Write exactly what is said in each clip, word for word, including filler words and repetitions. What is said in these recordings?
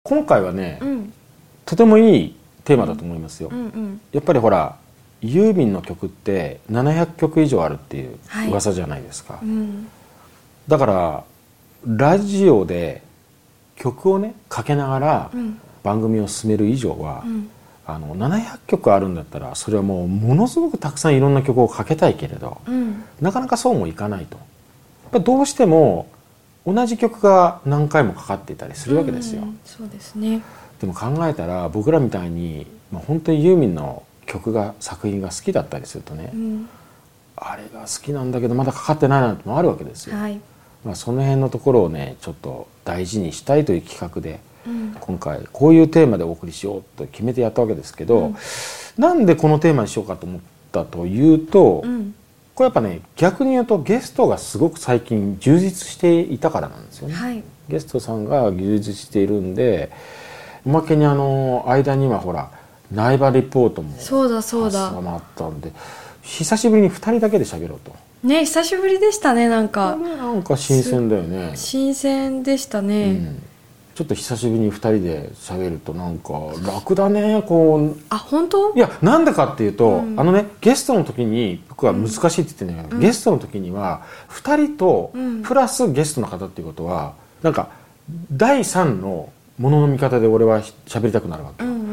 今回はね、 うん、 とてもいいテーマだと思いますよ、 うんうん、 やっぱりほらユーミンの曲ってななひゃっきょく以上あるっていう噂じゃないですか、 はい、うん、 だからラジオで曲をねかけながら番組を進める以上は、うん、あのななひゃっきょくあるんだったらそれはもうものすごくたくさんいろんな曲をかけたいけれど、うん、なかなかそうもいかないと、やっぱどうしても同じ曲が何回もかかっていたりするわけですよ、うん、 そうですね。 でも考えたら僕らみたいに、まあ、本当にユーミンの曲が作品が好きだったりするとね、うん、あれが好きなんだけどまだかかってないなんてもあるわけですよ、はい、まあ、その辺のところをねちょっと大事にしたいという企画で、うん、今回こういうテーマでお送りしようと決めてやったわけですけど、うん、なんでこのテーマにしようかと思ったというと、うん、これやっぱね逆に言うとゲストがすごく最近充実していたからなんですよね、はい、ゲストさんが充実しているんで、おまけにあの間にはほら苗場リポートもそうだそうだ挟まったんで、久しぶりにふたりだけで喋ろうとね、久しぶりでしたね。なんかこれなんか新鮮だよね。 新鮮でしたね、うん、 ちょっと久しぶりにふたりで喋るとなんか楽だね。こうあ本当？ いやなんでかっていうと、うん、あのねゲストの時に僕は難しいって言ってんだけど、うん、ゲストの時にはふたりとプラスゲストの方っていうことは、なんかだいさんのものの見方で俺は喋りたくなるわけ、うんうんうん、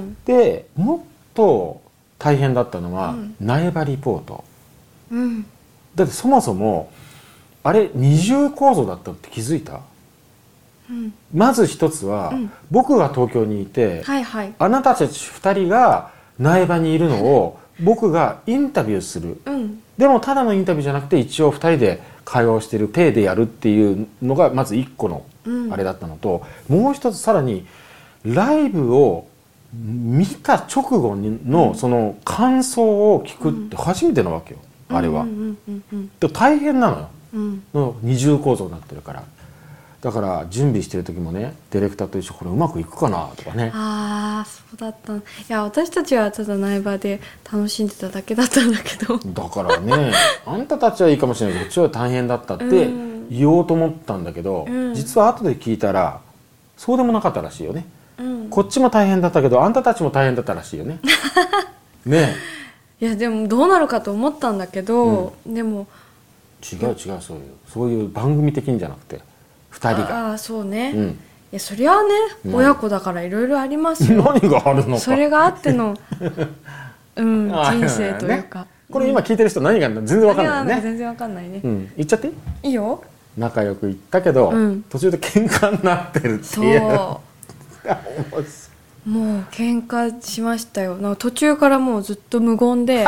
でもっと大変だったのは、うん、苗場リポート、うん、だってそもそもあれ二重構造だったって気づいた？うん、まず一つは、うん、僕が東京にいて、はいはい、あなたたちふたりが苗場にいるのを僕がインタビューする、うん、でもただのインタビューじゃなくて一応ふたりで会話をしてる体でやるっていうのがまずいっこのあれだったのと、うん、もう一つさらにライブを見た直後のその感想を聞くって初めてなわけよ、うん、あれは、うんうんうんうん、で大変なのよ、うん、の二重構造になってるから。だから準備してる時もねディレクターと一緒これうまくいくかなとかね。 ああそうだった。いや私たちはただ苗場で楽しんでただけだったんだけどだからねあんたたちはいいかもしれないけどこっちは大変だったって言おうと思ったんだけど、うん、実は後で聞いたらそうでもなかったらしいよね、うん、こっちも大変だったけどあんたたちも大変だったらしいよねねえいやでもどうなるかと思ったんだけど、うん、でも違う違うそういうそういう番組的にじゃなくてふたりがああそうね、うん、いやそりゃあね、うん、親子だからいろいろありますよ。 何があるのかそれがあっての、うん、人生というか、ね、 これ今聞いてる人何が全然わかんないよね。 全然わかんないね、うん、 言っちゃっていい？ いいよ。 仲良く言ったけど、うん、途中で喧嘩になってるっていうそうもう喧嘩しましたよ。なんか途中からもうずっと無言で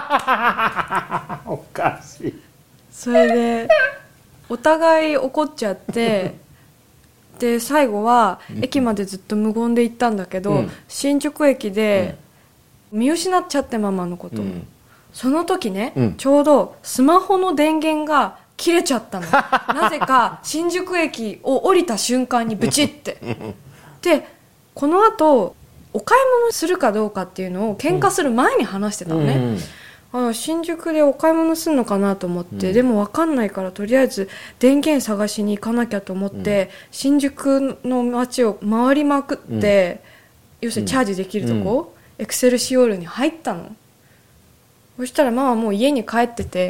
おかしい。 それでお互い怒っちゃってで最後は駅までずっと無言で行ったんだけど、うん、新宿駅で見失っちゃってママのこと、うん、その時ね、うん、ちょうどスマホの電源が切れちゃったのなぜか新宿駅を降りた瞬間にブチってでこの後お買い物するかどうかっていうのを喧嘩する前に話してたのね、うんうんあ新宿でお買い物するのかなと思って、うん、でも分かんないからとりあえず電源探しに行かなきゃと思って、うん、新宿の街を回りまくって、うん、要するにチャージできるとこ、うん、エクセルシオールに入ったの。そしたらママもう家に帰ってて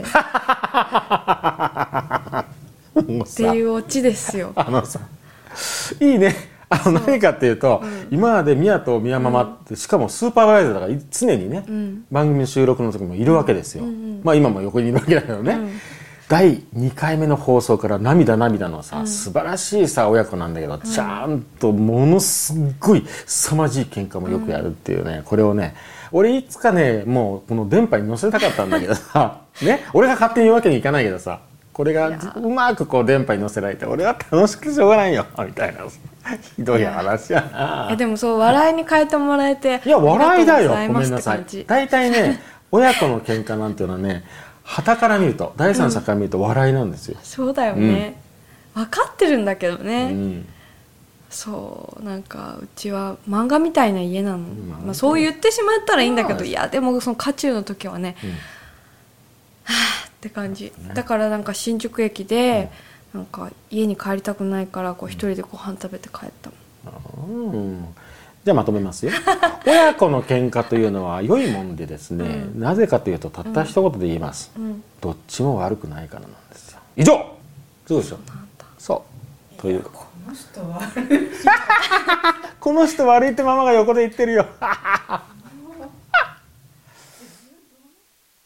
っていうオチですよ。 あのさいいねあの何かっていうと、うん、今まで宮と宮ママって、うん、しかもスーパーバイザーだから常にね、うん、番組の収録の時もいるわけですよ、うんうん、まあ今も横にいるわけだけどね、うん、だいにかいめの放送から涙涙のさ、うん、素晴らしいさ親子なんだけど、うん、ちゃんとものすごい凄まじい喧嘩もよくやるっていうね、うん、これをね俺いつかねもうこの電波に載せたかったんだけどさね俺が勝手に言うわけにいかないけどさこれがうまくこう電波に乗せられて俺は楽しくてしょうがないよみたいなひどい話やな。 いやでもそう笑いに変えてもらえていや笑いだよごめんなさい。大体ね親子の喧嘩なんていうのはね傍から見ると第三者から見ると笑いなんですよ、 うん、そうだよね、うん、分かってるんだけどね、うん、そうなんかうちは漫画みたいな家なの、うんまあ、そう言ってしまったらいいんだけどいやでもその渦中の時はね、うん、はぁって感じ、ね、だからなんか新宿駅で、うん、なんか家に帰りたくないからこう一人でご飯食べて帰ったもん、 うん、じゃあまとめますよ親子の喧嘩というのは良いもんでですね、うん、なぜかというとたった一言で言います、うん、どっちも悪くないからなんですよ。以上。そうでしょ。そうというこの人悪いこの人悪いってママが横で言ってるよ